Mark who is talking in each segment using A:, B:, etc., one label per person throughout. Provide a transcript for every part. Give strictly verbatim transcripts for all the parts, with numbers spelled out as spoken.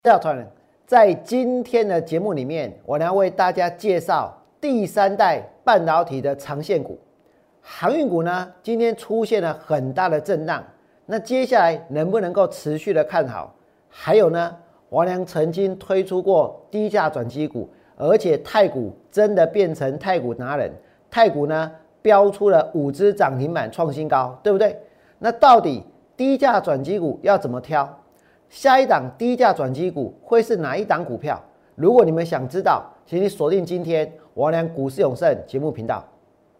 A: 大家好，在今天的节目里面，我将为大家介绍第三代半导体的长线股。航运股呢，今天出现了很大的震荡，那接下来能不能够持续的看好？还有呢，王良曾经推出过低价转机股，而且太股真的变成太股达人，太股呢标出了五只涨停板创新高，对不对？那到底低价转机股要怎么挑？下一档低价转机股会是哪一档股票？如果你们想知道，请你锁定今天王良股市永胜节目频道。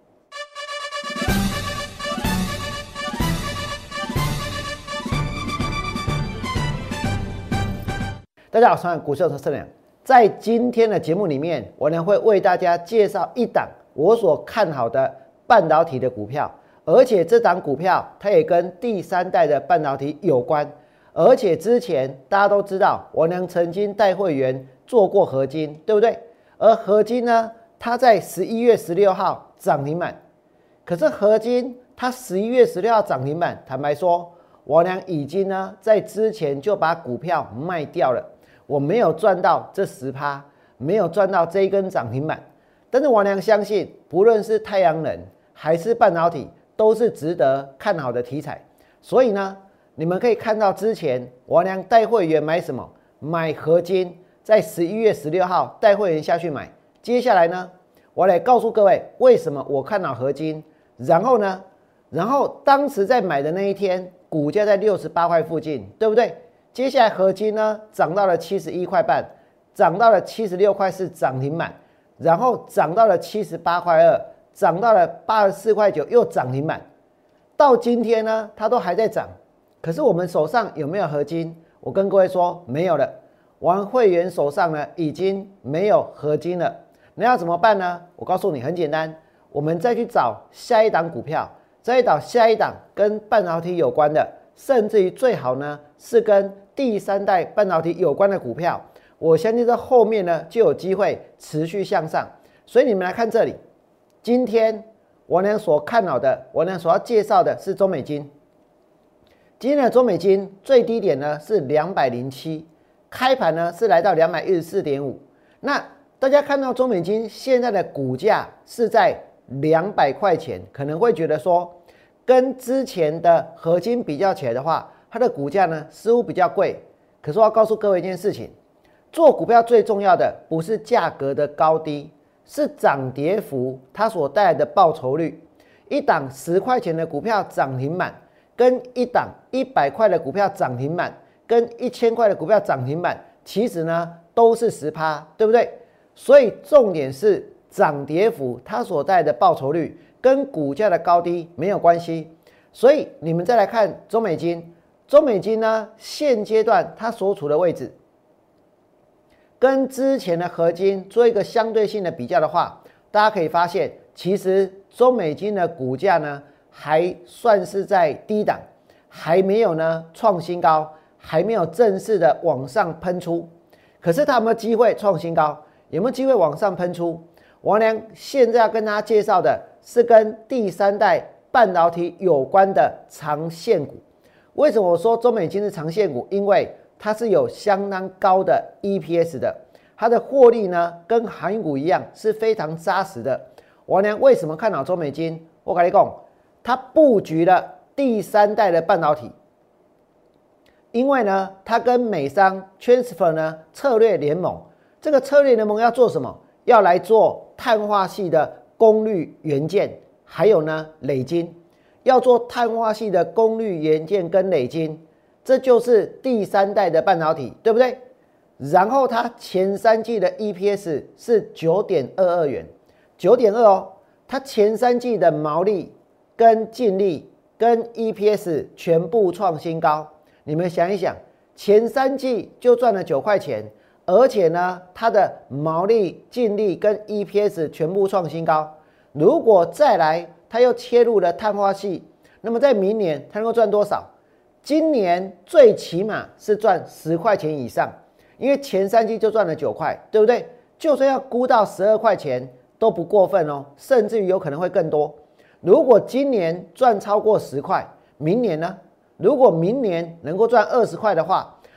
A: 大家好，我是股市永胜良。在今天的节目里面，我呢会为大家介绍一档我所看好的半导体的股票，而且这档股票它也跟第三代的半导体有关。而且之前大家都知道，我娘曾经带会员做过合金，对不对？而合金呢，它在十一月十六号涨停板。可是合金它十一月十六号涨停板，坦白说，我娘已经呢在之前就把股票卖掉了，我没有赚到这 百分之十， 没有赚到这一根涨停板。但是我娘相信，不论是太阳能还是半导体，都是值得看好的题材。所以呢，你们可以看到之前王良带会员买什么？买合金，在十一月十六号带会员下去买。接下来呢，我来告诉各位为什么我看好合金。然后呢，然后当时在买的那一天，股价在六十八块附近，对不对？接下来合金呢涨到了七十一块半，涨到了七十六块是涨停板，然后涨到了七十八块二，涨到了八十四块九又涨停板。到今天呢，它都还在涨。可是我们手上有没有合金？我跟各位说没有了。王会员手上呢已经没有合金了。那要怎么办呢？我告诉你很简单，我们再去找下一档股票，再找下一档跟半导体有关的，甚至于最好呢是跟第三代半导体有关的股票。我相信这后面呢就有机会持续向上。所以你们来看这里，今天我俩所看好的，我俩所要介绍的是中美金。今天的中美金最低点呢是两百零七，开盘呢是来到两百一十四点五。那大家看到中美金现在的股价是在两百块钱，可能会觉得说，跟之前的合金比较起来的话，它的股价呢似乎比较贵。可是我要告诉各位一件事情，做股票最重要的不是价格的高低，是涨跌幅它所带来的报酬率。一档十块钱的股票涨停板，跟一档一百块的股票涨停板，跟一千块的股票涨停板，其实呢都是 百分之十， 对不对？所以重点是涨跌幅它所带来的报酬率跟股价的高低没有关系。所以你们再来看中美金，中美金呢现阶段它所处的位置，跟之前的合金做一个相对性的比较的话，大家可以发现，其实中美金的股价呢还算是在低档，还没有呢创新高，还没有正式的往上喷出。可是它有没有机会创新高？有没有机会往上喷出？王良现在要跟大家介绍的是跟第三代半导体有关的长线股。为什么我说中美金是长线股？因为它是有相当高的 E P S 的，它的获利呢跟航运股一样是非常扎实的。王良为什么看好中美金？我跟你讲，它布局了第三代的半导体，因为呢，它跟美商 Transfer 呢策略联盟，这个策略联盟要做什么？要来做碳化系的功率元件，还有呢磊晶，要做碳化系的功率元件跟磊晶，这就是第三代的半导体，对不对？然后它前三季的 E P S 是 九点二二元， 九点二 哦，它前三季的毛利跟净利跟 E P S 全部创新高。你们想一想，前三季就赚了九块钱，而且呢，它的毛利、净利跟 E P S 全部创新高。如果再来，它又切入了碳化系，那么在明年它能够赚多少？今年最起码是赚十块钱以上，因为前三季就赚了九块，对不对？就算要估到十二块钱都不过分哦，甚至于有可能会更多。如果今年赚超过十块，明年呢？如果明年能够赚二十块的话，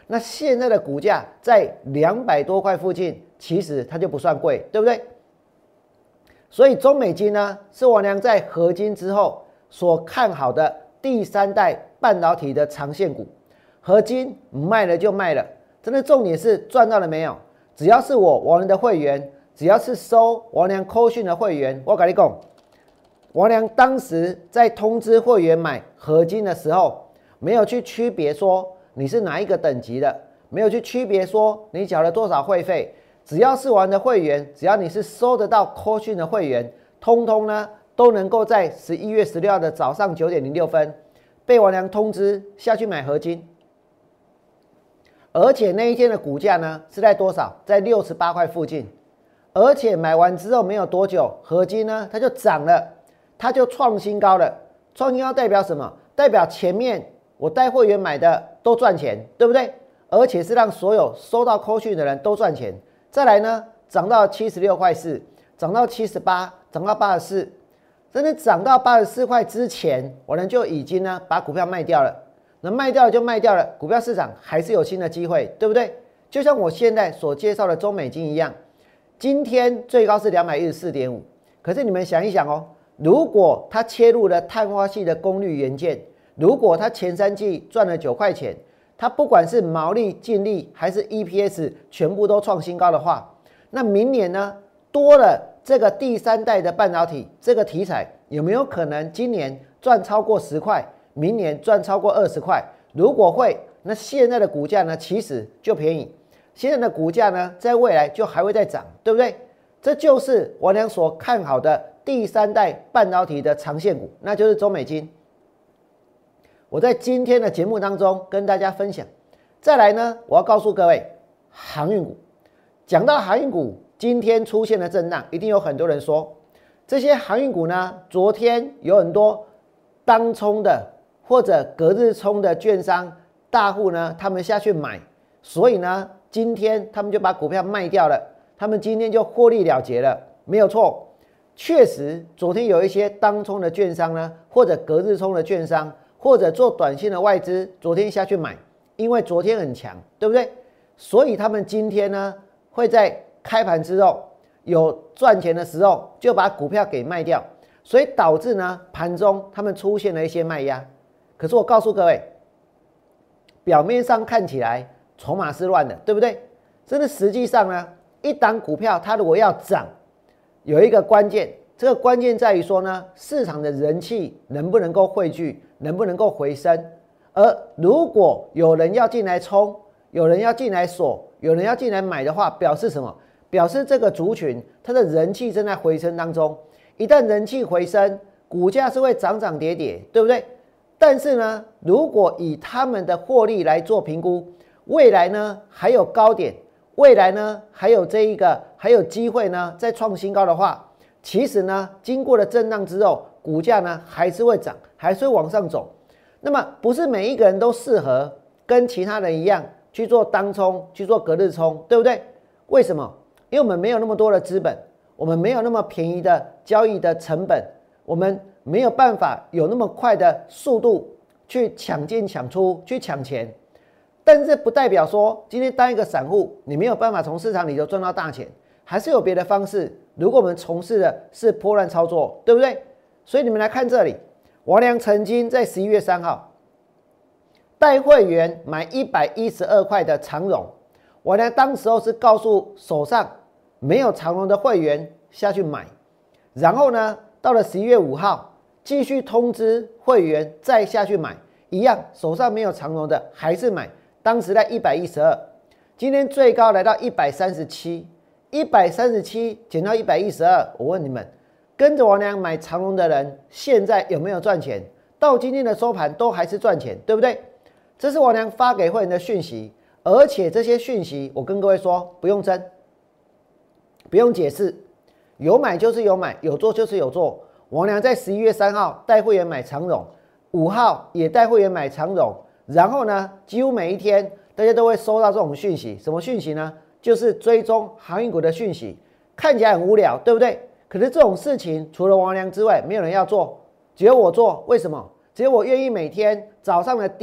A: 那现在的股价在两百多块附近，其实它就不算贵，对不对？所以中美金呢，是王良在合金之后所看好的第三代半导体的长线股。合金卖了就卖了，真的重点是赚到了没有？只要是我王良的会员，只要是收王良扣讯的会员，我跟你讲，王良当时在通知会员买合金的时候，没有去区别说你是哪一个等级的，没有去区别说你缴了多少会费，只要是王的会员，只要你是收得到扣讯的会员，通通呢都能够在十一月十六号的早上九点零六分被王良通知下去买合金。而且那一天的股价呢是在多少？在六十八块附近。而且买完之后没有多久，合金呢它就涨了，它就创新高了。创新高代表什么？代表前面我带会员买的都赚钱，对不对？而且是让所有收到扣讯的人都赚钱。再来呢，涨到七十六块四，涨到七十八，涨到八十四，真的涨到八十四块之前，我呢就已经呢把股票卖掉了。那卖掉了就卖掉了，股票市场还是有新的机会，对不对？就像我现在所介绍的中美金一样，今天最高是 两百一十四点五， 可是你们想一想哦，如果它切入了碳化系的功率元件，如果它前三季赚了九块钱，它不管是毛利、净利还是 E P S 全部都创新高的话，那明年呢多了这个第三代的半导体这个题材，有没有可能今年赚超过十块？明年赚超过二十块，如果会，那现在的股价呢，其实就便宜。现在的股价呢，在未来就还会再涨，对不对？这就是王良所看好的第三代半导体的长线股，那就是中美金。我在今天的节目当中跟大家分享。再来呢，我要告诉各位，航运股。讲到航运股，今天出现了震荡，一定有很多人说，这些航运股呢，昨天有很多当冲的或者隔日冲的券商大户呢，他们下去买，所以呢，今天他们就把股票卖掉了，他们今天就获利了结了，没有错。确实，昨天有一些当冲的券商呢，或者隔日冲的券商，或者做短线的外资，昨天下去买，因为昨天很强，对不对？所以他们今天呢，会在开盘之后有赚钱的时候，就把股票给卖掉。所以导致呢，盘中他们出现了一些卖压。可是我告诉各位，表面上看起来筹码是乱的，对不对？真的实际上呢，一档股票它如果要涨，有一个关键，这个关键在于说呢，市场的人气能不能够汇聚，能不能够回升。而如果有人要进来冲，有人要进来锁，有人要进来买的话，表示什么？表示这个族群它的人气正在回升当中。一旦人气回升，股价是会涨涨跌跌，对不对？但是呢，如果以他们的获利来做评估，未来呢还有高点，未来呢还有这一个还有机会呢再创新高的话，其实呢经过了震荡之后，股价呢还是会涨，还是会往上走。那么不是每一个人都适合跟其他人一样去做当冲，去做隔日冲，对不对？为什么？因为我们没有那么多的资本。我们没有那么便宜的交易的成本，我们没有办法有那么快的速度去抢进抢出去抢钱，但是不代表说今天当一个散户你没有办法从市场里头赚到大钱，还是有别的方式。如果我们从事的是波段操作，对不对？所以你们来看这里，王良曾经在十一月三号带会员买一百一十二块的长荣，王良当时候是告诉手上没有长荣的会员下去买，然后呢，到了十一月五号，继续通知会员再下去买，一样手上没有长荣的还是买，当时在一百一十二，今天最高来到一百三十七，一百三十七减到一百一十二，我问你们，跟着王良买长荣的人，现在有没有赚钱？到今天的收盘都还是赚钱，对不对？这是王良发给会员的讯息，而且这些讯息我跟各位说，不用争。不用解释，有买就是有买，有做就是有做。王良在十一月三号带会员买长荣，五号也带会员买长荣，然后呢，几乎每一天大家都会收到这种讯息，什么讯息呢？就是追踪航运股的讯息，看起来很无聊，对不对？可是这种事情除了王良之外，没有人要做，只有我做。为什么？只有我愿意每天早上的第一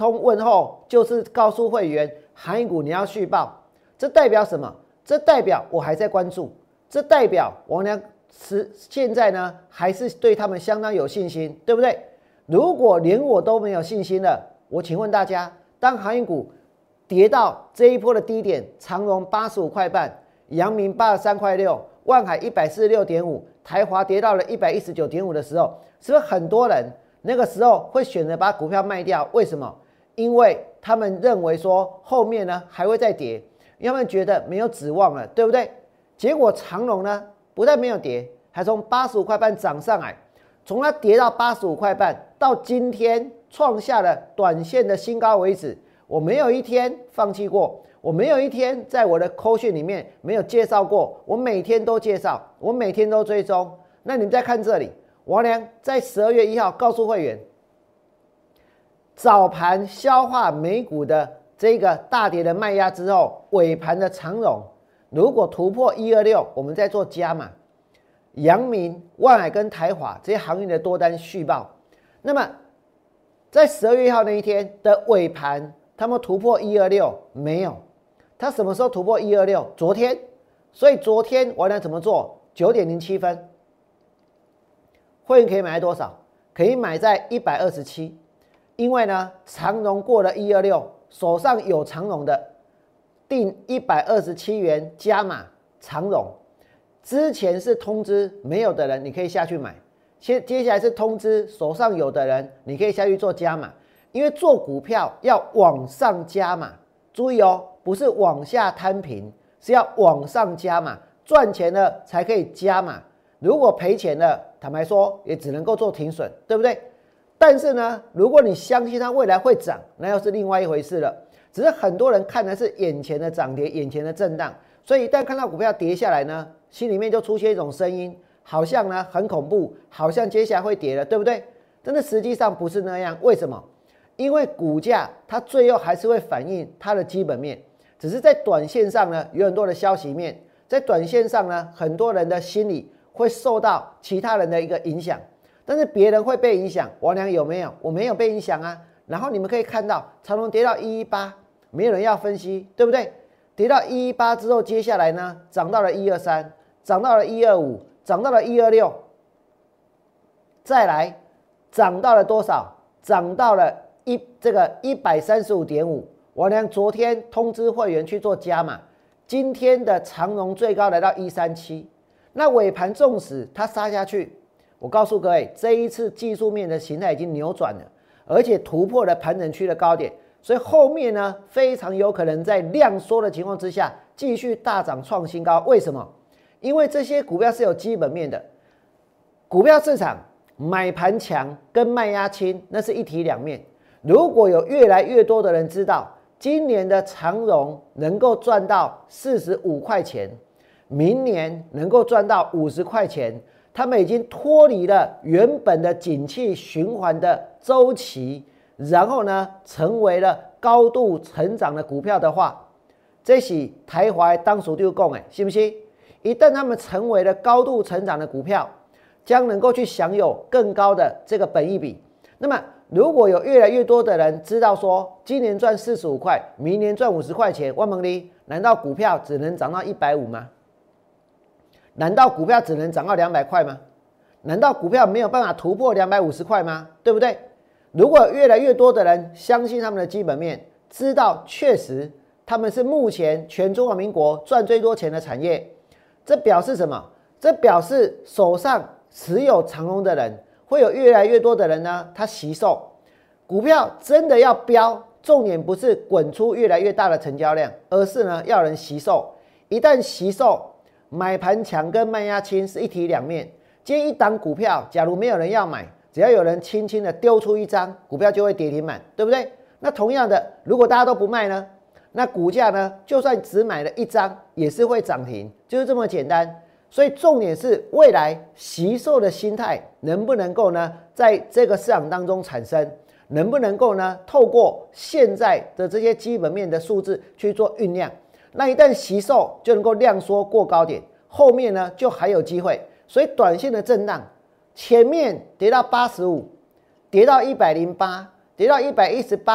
A: 通问候，就是告诉会员航运股你要续报，这代表什么？这代表我还在关注，这代表王良是现在呢还是对他们相当有信心，对不对？如果连我都没有信心了，我请问大家，当航运股跌到这一波的低点，长荣八十五块半，阳明八十三块六，万海一百四十六点五，台华跌到了一百一十九点五的时候，是不是很多人那个时候会选择把股票卖掉？为什么？因为他们认为说后面呢还会再跌，因为他们觉得没有指望了，对不对？结果长荣呢不但没有跌，还从八十五块半涨上来，从它跌到八十五块半到今天创下了短线的新高为止，我没有一天放弃过，我没有一天在我的扣讯里面没有介绍过，我每天都介绍，我每天都追踪。那你们再看这里，王良在十二月一号告诉会员，早盘消化美股的这个大跌的卖压之后，尾盘的长荣如果突破一二六，我们再做加码。阳明、万海跟台华这些航运的多单续报。那么在十二月一号那一天的尾盘，他们突破一二六没有？他什么时候突破一二六？昨天。所以昨天王良怎么做？九点零七分，会员可以买在多少？可以买在一百二十七。因为呢，长荣过了一二六，手上有长荣的，定一百二十七元加码长荣。之前是通知没有的人，你可以下去买。接接下来是通知手上有的人，你可以下去做加码。因为做股票要往上加码，注意哦，不是往下摊平，是要往上加码，赚钱了才可以加码。如果赔钱了，坦白说也只能够做停损，对不对？但是呢，如果你相信它未来会涨，那又是另外一回事了。只是很多人看的是眼前的涨跌，眼前的震荡，所以一旦看到股票跌下来呢，心里面就出现一种声音，好像呢很恐怖，好像接下来会跌了，对不对？但是实际上不是那样，为什么？因为股价它最后还是会反映它的基本面，只是在短线上呢有很多的消息面，在短线上呢很多人的心理会受到其他人的一个影响，但是别人会被影响，王良有没有？我没有被影响啊。然后你们可以看到长荣跌到一一八，没有人要分析，对不对？跌到一一八之后，接下来呢涨到了一二三，涨到了一二五，涨到了一二六，再来涨到了多少？涨到了一这个一百三十五点五。王良昨天通知会员去做加码，今天的长荣最高来到一三七，那尾盘纵使它杀下去，我告诉各位，这一次技术面的形态已经扭转了，而且突破了盘整区的高点，所以后面呢非常有可能在量缩的情况之下继续大涨创新高。为什么？因为这些股票是有基本面的，股票市场买盘强跟卖压轻那是一体两面。如果有越来越多的人知道今年的长荣能够赚到四十五块钱，明年能够赚到五十块钱，他们已经脱离了原本的景气循环的周期，然后呢成为了高度成长的股票的话，这是台华当属就讲哎，信不信？一旦他们成为了高度成长的股票，将能够去享有更高的这个本益比。那么如果有越来越多的人知道说今年赚四十五块，明年赚五十块钱，万蒙利，难道股票只能涨到一百五吗？难道股票只能涨到两百块吗？难道股票没有办法突破两百五十块吗？对不对？如果有越来越多的人相信他们的基本面，知道确实他们是目前全中华民国赚最多钱的产业，这表示什么？这表示手上持有长荣的人，会有越来越多的人呢，他惜售。股票真的要飙，重点不是滚出越来越大的成交量，而是呢要人惜售。一旦惜售，买盘强跟卖压轻是一体两面。今天一档股票，假如没有人要买，只要有人轻轻的丢出一张，股票就会跌停板，对不对？那同样的，如果大家都不卖呢，那股价呢，就算只买了一张，也是会涨停，就是这么简单。所以重点是未来惜售的心态能不能够呢，在这个市场当中产生，能不能够呢，透过现在的这些基本面的数字去做酝酿。那一旦惜售就能够量缩过高点，后面呢就还有机会。所以短线的震荡，前面跌到八十五，跌到一百零八，跌到一百一十八，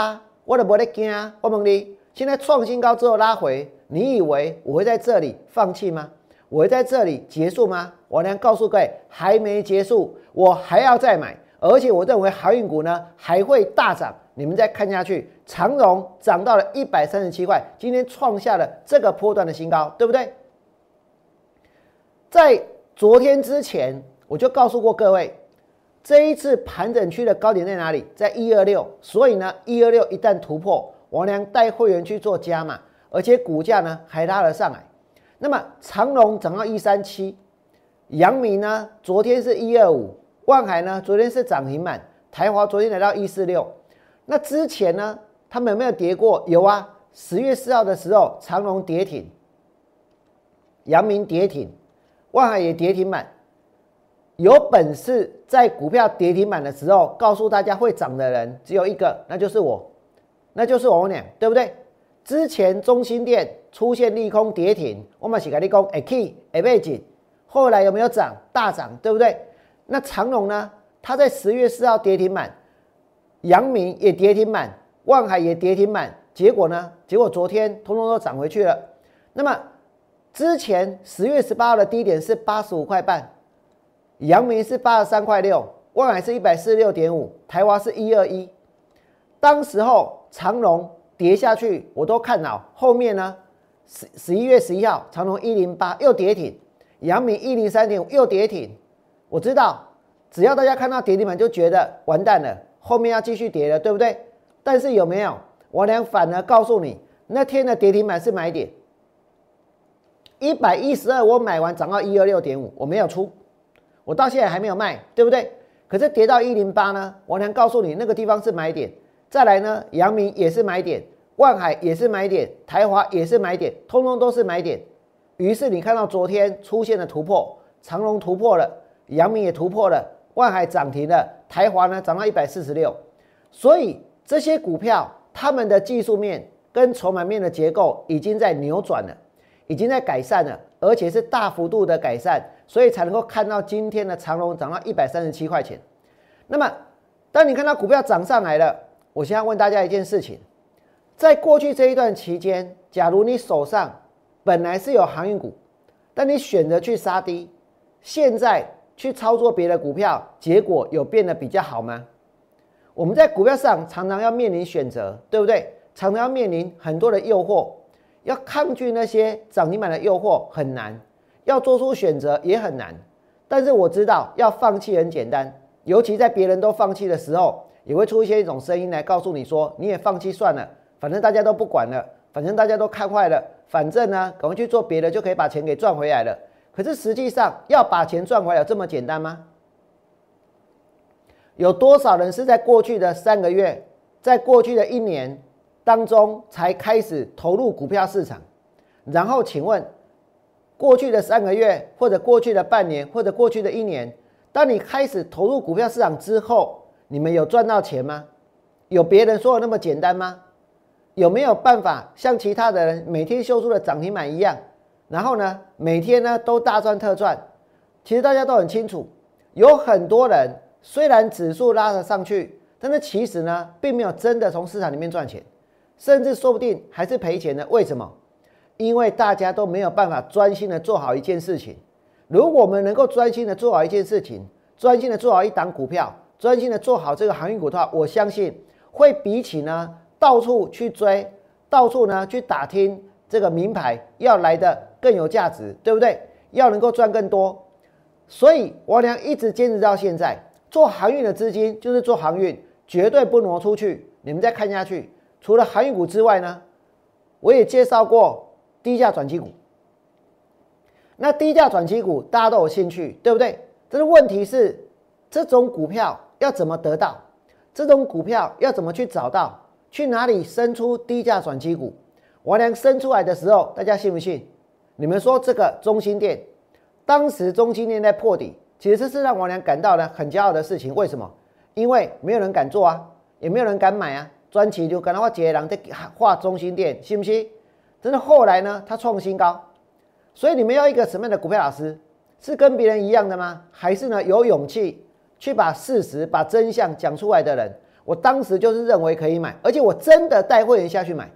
A: 我都没在惊啊。我问你，现在创新高之后拉回，你以为我会在这里放弃吗？我会在这里结束吗？我能告诉各位，还没结束，我还要再买，而且我认为航运股呢还会大涨。你们再看下去，长荣涨到了一百三十七块，今天创下了这个波段的新高，对不对？在昨天之前，我就告诉过各位，这一次盘整区的高点在哪里？在一二六，所以呢，一二六一旦突破，王良带会员去做加码，而且股价呢还拉了上来。那么长荣涨到一三七，阳明呢昨天是一二五，万海呢昨天是涨停板，台华昨天来到一四六。那之前呢，他们有没有跌过？有啊，十月四号的时候，长荣跌停，阳明跌停，万海也跌停板。有本事在股票跌停板的时候告诉大家会涨的人只有一个，那就是我，那就是我俩，对不对？之前中兴电出现利空跌停，我们是跟你讲会起会买进，后来有没有涨？大涨，对不对？那长荣呢？它在十月四号跌停板，阳明也跌停板，万海也跌停板，结果呢？结果昨天通通都涨回去了。那么之前十月十八号的低点是八十五块半，阳明是八十三块六，万海是一百四十六点五，台华是一二一。当时候长荣跌下去，我都看好。后面呢，十一月十一号，长荣一零八又跌停，阳明一零三点五又跌停。我知道，只要大家看到跌停板就觉得完蛋了，后面要继续跌了，对不对？但是有没有？我俩反而告诉你，那天的跌停板是买点，一百一十二我买完涨到一二六点五，我没有出，我到现在还没有卖，对不对？可是跌到一零八呢，我能告诉你那个地方是买点。再来呢，阳明也是买点，万海也是买点，台华也是买点，通通都是买点。于是你看到昨天出现了突破，长荣突破了，阳明也突破了，万海涨停了，台华呢涨到一百四十六。所以这些股票他们的技术面跟筹码面的结构已经在扭转了，已经在改善了，而且是大幅度的改善，所以才能够看到今天的长荣涨到一百三十七块钱。那么当你看到股票涨上来了，我现在问大家一件事情，在过去这一段期间，假如你手上本来是有航运股，但你选择去杀低，现在去操作别的股票，结果有变得比较好吗？我们在股票上常常要面临选择，对不对？常常要面临很多的诱惑，要抗拒那些涨停板的诱惑很难，要做出选择也很难。但是我知道要放弃很简单，尤其在别人都放弃的时候，也会出现一种声音来告诉你说，你也放弃算了，反正大家都不管了，反正大家都看坏了，反正呢赶快去做别的就可以把钱给赚回来了。可是实际上要把钱赚回来有这么简单吗？有多少人是在过去的三个月，在过去的一年当中才开始投入股票市场？然后请问，过去的三个月或者过去的半年或者过去的一年，当你开始投入股票市场之后，你们有赚到钱吗？有别人说的那么简单吗？有没有办法像其他的人每天秀出的涨停板一样，然后呢每天呢都大赚特赚？其实大家都很清楚，有很多人虽然指数拉了上去，但是其实呢并没有真的从市场里面赚钱，甚至说不定还是赔钱的。为什么？因为大家都没有办法专心的做好一件事情。如果我们能够专心的做好一件事情，专心的做好一档股票，专心的做好这个航运股的话，我相信会比起呢到处去追，到处呢去打听这个名牌要来的更有价值，对不对？要能够赚更多。所以王良一直坚持到现在，做航运的资金就是做航运，绝对不挪出去。你们再看下去，除了航运股之外呢，我也介绍过低价转机股。那低价转机股大家都有兴趣，对不对？但是问题是，这种股票要怎么得到？这种股票要怎么去找到？去哪里生出低价转机股？王良生出来的时候，大家信不信？你们说这个中兴电，当时中兴电在破底，其实这是让王良感到呢很骄傲的事情。为什么？因为没有人敢做啊，也没有人敢买啊。专辑就跟他画几个人在画中兴电，信不信？真的后来呢，它创新高。所以你们要一个什么样的股票老师？是跟别人一样的吗？还是呢有勇气去把事实、把真相讲出来的人？ 我当时就是认为可以买，而且我真的带会员下去买，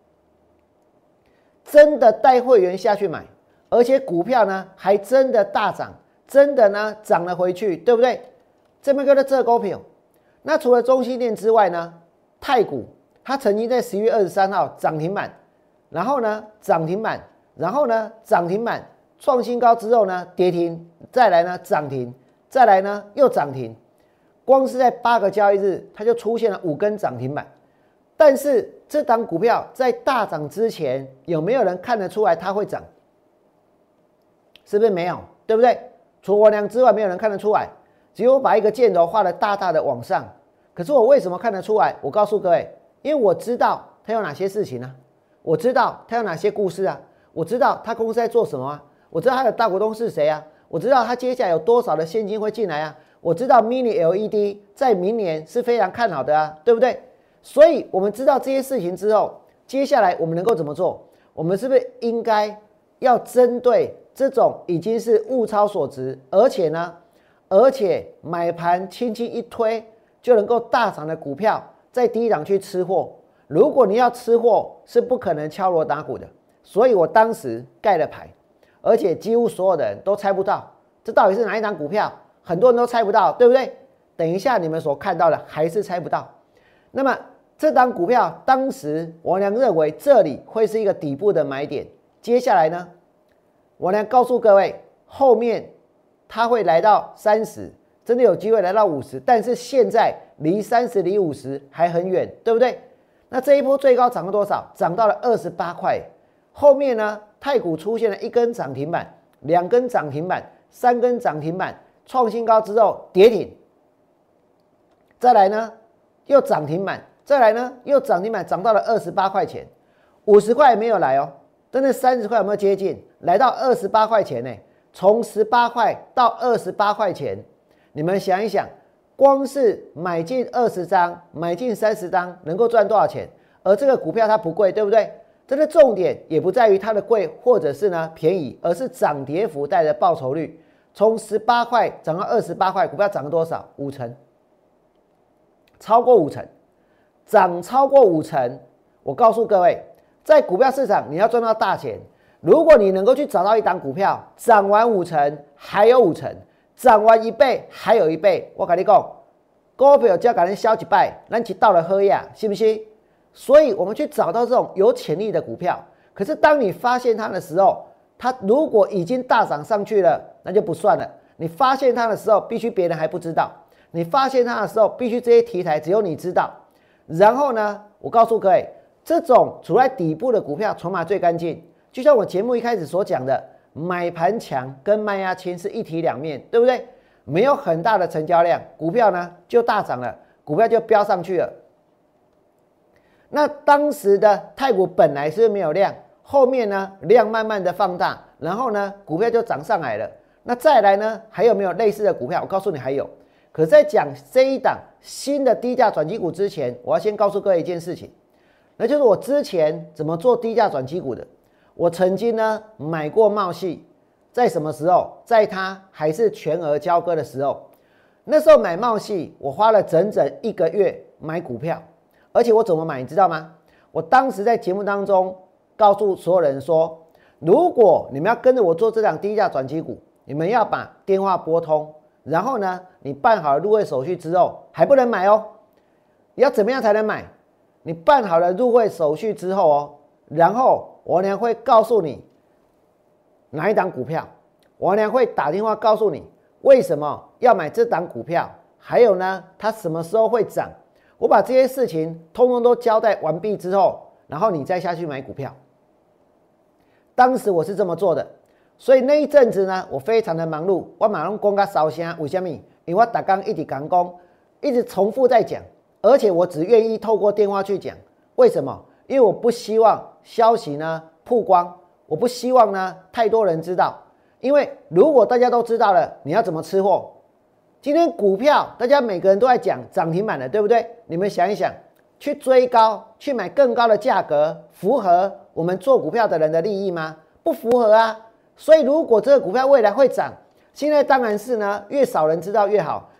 A: 真的带会员下去买，而且股票呢还真的大涨，真的呢涨了回去，对不对？这边跟的这股票，那除了中兴电之外呢，太股它曾经在十一月二十三号涨停板，然后呢涨停板，然后呢涨停板创新高之后呢跌停，再来呢涨停，再来呢又涨停，光是在八个交易日它就出现了五根涨停板。但是这档股票在大涨之前，有没有人看得出来它会涨？是不是没有？对不对？除我娘之外，没有人看得出来。只有我把一个箭头画得大大的往上。可是我为什么看得出来？我告诉各位，因为我知道它有哪些事情呢、啊？我知道它有哪些故事啊？我知道它公司在做什么啊？我知道它的大股东是谁啊？我知道它接下来有多少的现金会进来啊？我知道 Mini L E D 在明年是非常看好的啊，对不对？所以我们知道这些事情之后，接下来我们能够怎么做？我们是不是应该要针对这种已经是物超所值，而且呢，而且买盘轻轻一推就能够大涨的股票，在低档去吃货？如果你要吃货，是不可能敲锣打鼓的。所以我当时盖了牌，而且几乎所有的人都猜不到这到底是哪一档股票，很多人都猜不到，对不对？等一下你们所看到的还是猜不到。那么这档股票当时我娘认为这里会是一个底部的买点，接下来呢，我娘告诉各位，后面它会来到三十，真的有机会来到五十，但是现在离三十离五十还很远，对不对？那这一波最高涨了多少？涨到了二十八块。后面呢，太股出现了一根涨停板，两根涨停板，三根涨停板，创新高之后跌停，再来呢又涨停板，再来呢又涨停板，涨到了二十八块钱，五十块没有来哦，但是三十块有没有接近？来到二十八块钱呢？从十八块到二十八块钱，你们想一想，光是买进二十张，买进三十张，能够赚多少钱？而这个股票它不贵，对不对？这个重点也不在于它的贵或者是呢便宜，而是涨跌幅带的报酬率。从十八块涨到二十八块，股票涨了多少？五成，超过五成，涨超过五成。我告诉各位，在股票市场你要赚到大钱，如果你能够去找到一档股票涨完五成，还有五成，涨完一倍还有一倍，我跟你讲，股票只要给人消一摆，咱去到了喝呀，信不信？所以我们去找到这种有潜力的股票，可是当你发现它的时候，它如果已经大涨上去了，那就不算了。你发现它的时候，必须别人还不知道；你发现它的时候，必须这些题材只有你知道。然后呢，我告诉各位，这种处在底部的股票，筹码最干净。就像我节目一开始所讲的，买盘强跟卖压轻是一体两面，对不对？没有很大的成交量，股票呢就大涨了，股票就飙上去了。那当时的太股本来是没有量，后面呢量慢慢的放大，然后呢股票就涨上来了。那再来呢还有没有类似的股票？我告诉你还有。可是在讲这一档新的低价转机股之前，我要先告诉各位一件事情，那就是我之前怎么做低价转机股的。我曾经呢买过茂系，在什么时候？在它还是全额交割的时候。那时候买茂系，我花了整整一个月买股票。而且我怎么买你知道吗？我当时在节目当中告诉所有人说，如果你们要跟着我做这档低价转机股，你们要把电话拨通，然后呢你办好了入会手续之后还不能买哦。你要怎么样才能买？你办好了入会手续之后哦，然后我娘会告诉你哪一档股票，我娘会打电话告诉你为什么要买这档股票，还有呢它什么时候会涨。我把这些事情通通都交代完毕之后，然后你再下去买股票。当时我是这么做的，所以那一阵子呢，我非常的忙碌，我马上讲到烧声，为什么？因为我每天一直讲讲，一直重复在讲，而且我只愿意透过电话去讲。为什么？因为我不希望消息呢曝光，我不希望呢太多人知道，因为如果大家都知道了，你要怎么吃货？今天股票大家每个人都在讲涨停板的，对不对？你们想一想，去追高，去买更高的价格，符合我们做股票的人的利益吗？不符合啊。所以如果这个股票未来会涨，现在当然是呢越少人知道越好。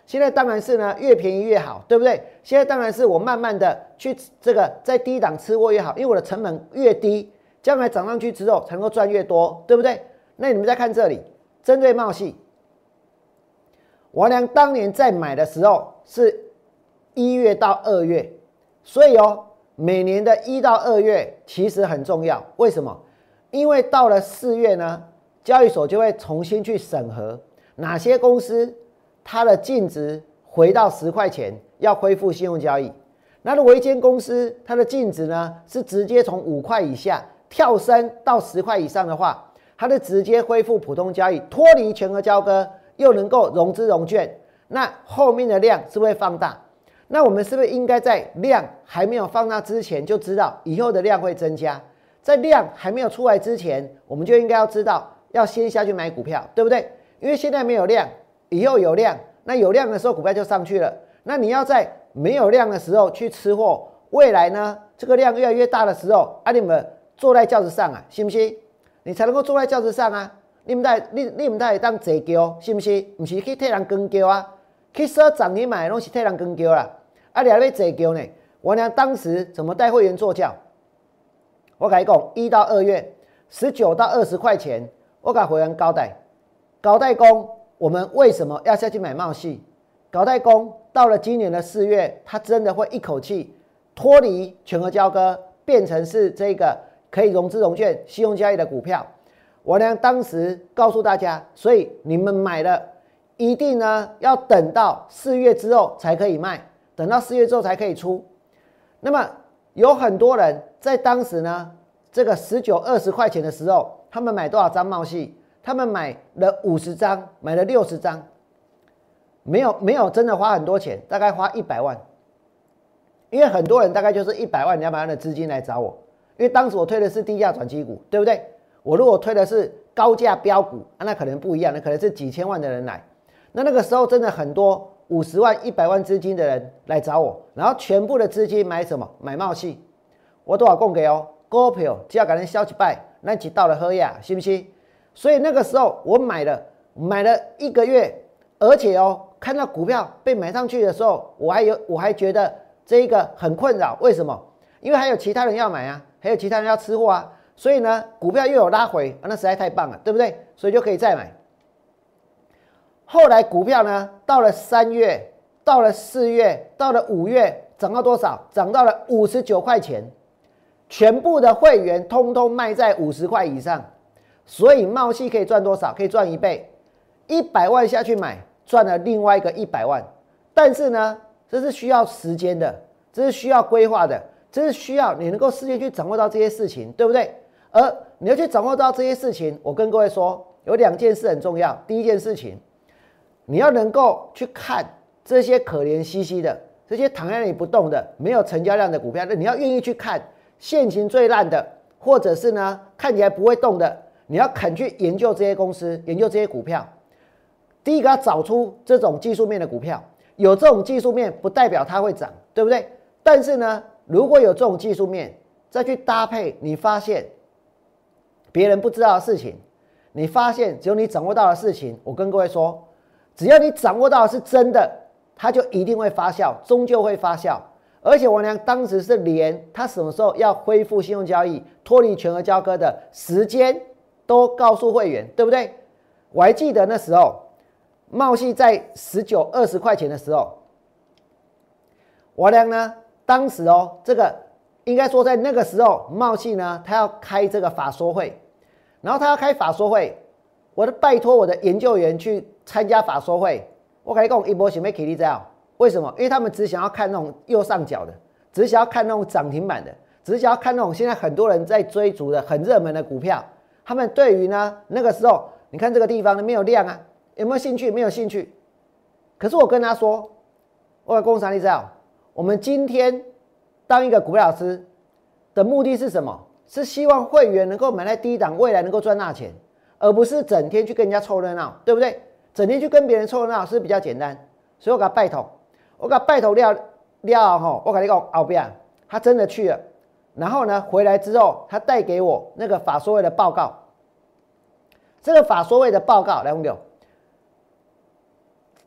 A: 现在当然是呢越便宜越好，对不对？现在当然是我慢慢的去这个在低档吃货越好，因为我的成本越低，将来涨上去之后才能够赚越多，对不对？那你们再看这里，针对茂系，王良当年在买的时候是一月到二月，所以哦，每年的一到二月其实很重要。为什么？因为到了四月呢，交易所就会重新去审核哪些公司它的净值回到十块钱，要恢复信用交易。那如果一间公司它的净值呢是直接从五块以下跳升到十块以上的话，它的直接恢复普通交易，脱离全额交割，又能够融资融券，那后面的量是不是会放大？那我们是不是应该在量还没有放大之前就知道以后的量会增加？在量还没有出来之前，我们就应该要知道要先下去买股票，对不对？因为现在没有量，以后有量，那有量的时候股票就上去了。那你要在没有量的时候去吃货，未来呢这个量越来越大的时候，啊你们坐在轿子上啊，信不信？你才能够坐在轿子上啊！你们在你你们在当坐轿，信不信？不是去替人跟轿啊，去说涨停买拢是替人跟轿啦。啊，你还要坐轿呢？我娘当时怎么带会员坐轿？我跟你讲，一到二月，十九到二十块钱，我给会员交代，交代讲我们为什么要下去买茂系？交代讲到了今年的四月，它真的会一口气脱离全额交割，变成是这个可以融资融券、信用交易的股票。我呢当时告诉大家，所以你们买了，一定呢要等到四月之后才可以卖。等到四月之后才可以出。那么有很多人在当时呢，这个十九、二十块钱的时候，他们买多少张茂系？他们买了五十张，买了六十张，没有没有真的花很多钱，大概花一百万。因为很多人大概就是一百万、两百万的资金来找我，因为当时我推的是低价转机股，对不对？我如果推的是高价标股，啊、那可能不一样，那可能是几千万的人来。那那个时候真的很多。五十万、一百万资金的人来找我，然后全部的资金买什么？买茂系。我多少供给哦？股票只要给人消一摆，那就到了喝呀，信不信？所以那个时候我买了，买了一个月，而且哦，看到股票被买上去的时候，我还有我还觉得这一个很困扰。为什么？因为还有其他人要买啊，还有其他人要吃货啊，所以呢，股票又有拉回，啊、那实在太棒了，对不对？所以就可以再买。后来股票呢，到了三月，到了四月，到了五月，涨到多少？涨到了五十九块钱，全部的会员通通卖在五十块以上，所以茂系可以赚多少？可以赚一倍，一百万下去买，赚了另外一个一百万。但是呢，这是需要时间的，这是需要规划的，这是需要你能够事先去掌握到这些事情，对不对？而你要去掌握到这些事情，我跟各位说，有两件事很重要。第一件事情，你要能够去看这些可怜兮兮的、这些躺在那里不动的、没有成交量的股票，那你要愿意去看现行最烂的，或者是呢看起来不会动的，你要肯去研究这些公司、研究这些股票。第一个要找出这种技术面的股票，有这种技术面不代表它会涨，对不对？但是呢，如果有这种技术面，再去搭配你发现别人不知道的事情，你发现只有你掌握到的事情，我跟各位说。只要你掌握到的是真的，它就一定会发酵，终究会发酵。而且王良当时是连他什么时候要恢复信用交易、脱离全额交割的时间都告诉会员，对不对？我还记得那时候茂系在十九、二十块钱的时候，王良呢，当时哦，这个应该说在那个时候，茂系呢，他要开这个法说会，然后他要开法说会。我的拜托我的研究员去参加法说会，我跟你讲，一波想要起你知道为什么？因为他们只想要看那种右上角的，只想要看那种涨停板的，只想要看那种现在很多人在追逐的很热门的股票。他们对于呢那个时候，你看这个地方没有量啊，有没有兴趣？没有兴趣。可是我跟他说，我跟工厂你知道，我们今天当一个股票老师的目的是什么？是希望会员能够买在低档，未来能够赚大钱。而不是整天去跟人家凑热闹，对不对？整天去跟别人凑热闹是比较简单，所以我给他拜托，我给他拜托了了吼，我跟你讲，后边他真的去了，然后呢回来之后，他带给我那个法说会的报告。这个法说会的报告来，红牛，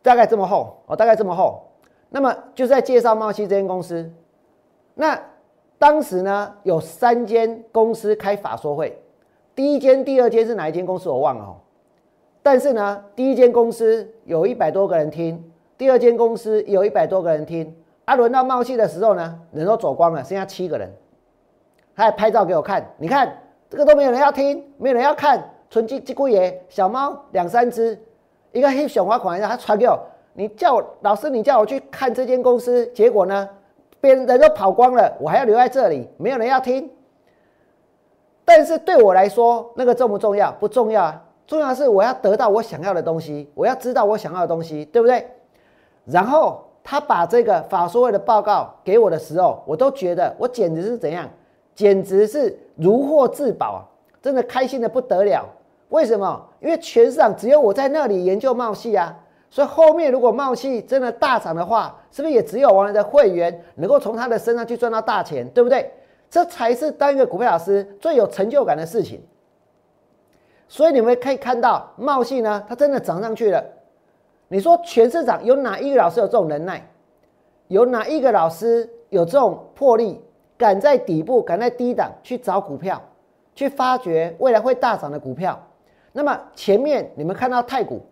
A: 大概这么厚哦，大概这么厚。那么就是在介绍茂系这间公司。那当时呢，有三间公司开法说会，第一间、第二间是哪一间公司我忘了哦。但是呢，第一间公司有一百多个人听，第二间公司有一百多个人听。啊，轮到茂系的时候呢，人都走光了，剩下七个人。他还拍照给我看，你看这个都没有人要听，没有人要看，纯鸡鸡龟爷小猫两三只，一个黑熊花款，他传给我，你叫我老师，你叫我去看这间公司，结果呢，别人人都跑光了，我还要留在这里，没有人要听。但是对我来说，那个重不重要？不重要啊，重要的是我要得到我想要的东西，我要知道我想要的东西，对不对？然后他把这个法说会的报告给我的时候，我都觉得我简直是怎样，简直是如获至宝啊！真的开心的不得了。为什么？因为全市场只有我在那里研究茂系啊，所以后面如果茂系真的大涨的话，是不是也只有王仁的会员能够从他的身上去赚到大钱，对不对？这才是当一个股票老师最有成就感的事情。所以你们可以看到茂系呢，它真的涨上去了。你说全市场有哪一个老师有这种能耐？有哪一个老师有这种魄力，敢在底部、敢在低档去找股票，去发掘未来会大涨的股票？那么前面你们看到太古，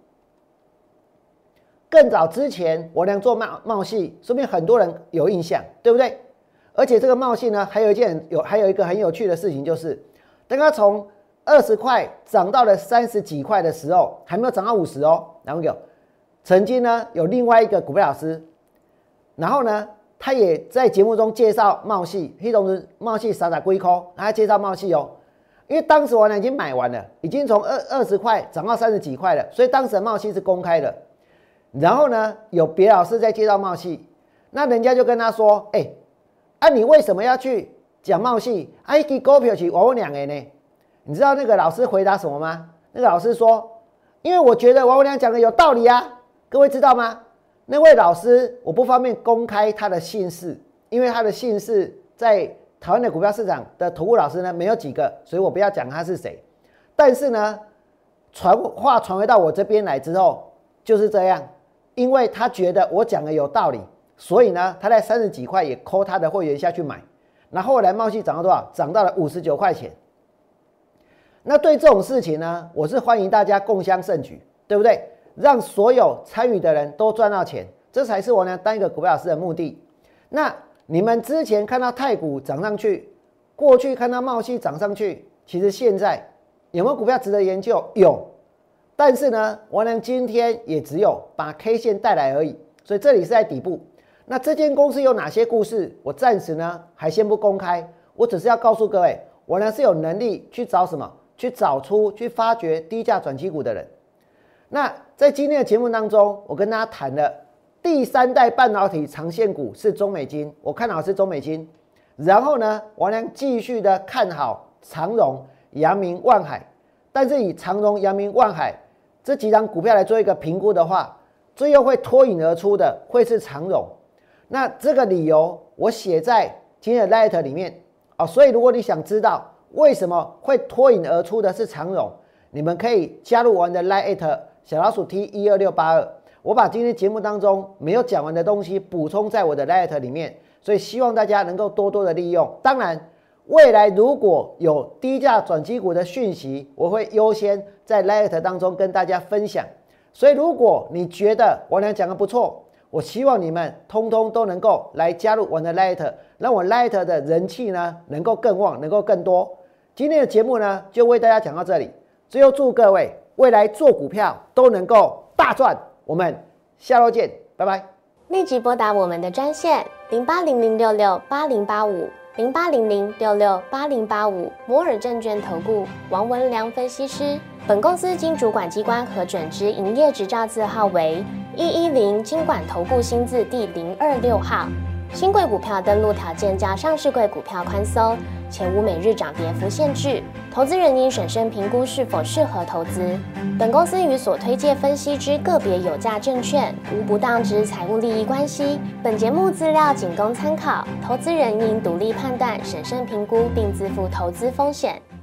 A: 更早之前我俩做茂茂系，说不定很多人有印象，对不对？而且这个茂系呢，还有一件有还有一个很有趣的事情，就是当它从二十块涨到了三十几块的时候，还没有涨到五十哦，然后有曾经呢有另外一个股票老师，然后呢他也在节目中介绍茂系，那种是茂系傻傻龟壳，他介绍茂系哦，因为当时我呢已经买完了，已经从二二十块涨到三十几块了，所以当时的茂系是公开的。然后呢有别老师在介绍茂系，那人家就跟他说，哎、欸，啊你为什么要去讲茂系？啊，一股票是我两个呢？你知道那个老师回答什么吗？那个老师说，因为我觉得王文良讲的有道理啊。各位知道吗？那位老师我不方便公开他的姓氏，因为他的姓氏在台湾的股票市场的投顾老师呢没有几个，所以我不要讲他是谁。但是呢，传话传回到我这边来之后就是这样，因为他觉得我讲的有道理，所以呢他在三十几块也扣他的会员下去买，那后来茂系涨到多少？涨到了五十九块钱。那对这种事情呢，我是欢迎大家共襄盛举，对不对？让所有参与的人都赚到钱，这才是我呢当一个股票老师的目的。那你们之前看到太古涨上去，过去看到茂系涨上去，其实现在有没有股票值得研究？有，但是呢，我呢今天也只有把 K 线带来而已，所以这里是在底部。那这间公司有哪些故事？我暂时呢还先不公开，我只是要告诉各位，我呢是有能力去找什么？去找出、去发掘低价转机股的人。那在今天的节目当中，我跟大家谈了第三代半导体长线股是中美金，我看好是中美金。然后呢，王良继续的看好长荣、阳明、万海。但是以长荣、阳明、万海这几张股票来做一个评估的话，最后会脱颖而出的会是长荣。那这个理由我写在今天的 Light 里面哦，所以如果你想知道为什么会脱颖而出的是长荣，你们可以加入我的 Light 小老鼠 T 一二六八二，我把今天节目当中没有讲完的东西补充在我的 Light 里面，所以希望大家能够多多的利用。当然，未来如果有低价转机股的讯息，我会优先在 Light 当中跟大家分享。所以如果你觉得我俩讲的不错，我希望你们通通都能够来加入我的 Light， 让我 Light 的人气呢能够更旺，能够更多。今天的节目呢就为大家讲到这里，最后祝各位未来做股票都能够大赚，我们下周见，拜拜。
B: 立即拨打我们的专线零八零零六六八零八五零八零零六六八零八五摩尔证券投顾王文良分析师。本公司经主管机关核准之营业执照字号为一一零金管投顾新字第零二六号。新贵股票登录条件较上市贵股票宽松，且无每日涨跌幅限制。投资人应审慎评估是否适合投资。本公司与所推介分析之个别有价证券无不当之财务利益关系。本节目资料仅供参考，投资人应独立判断、审慎评估，并自负投资风险。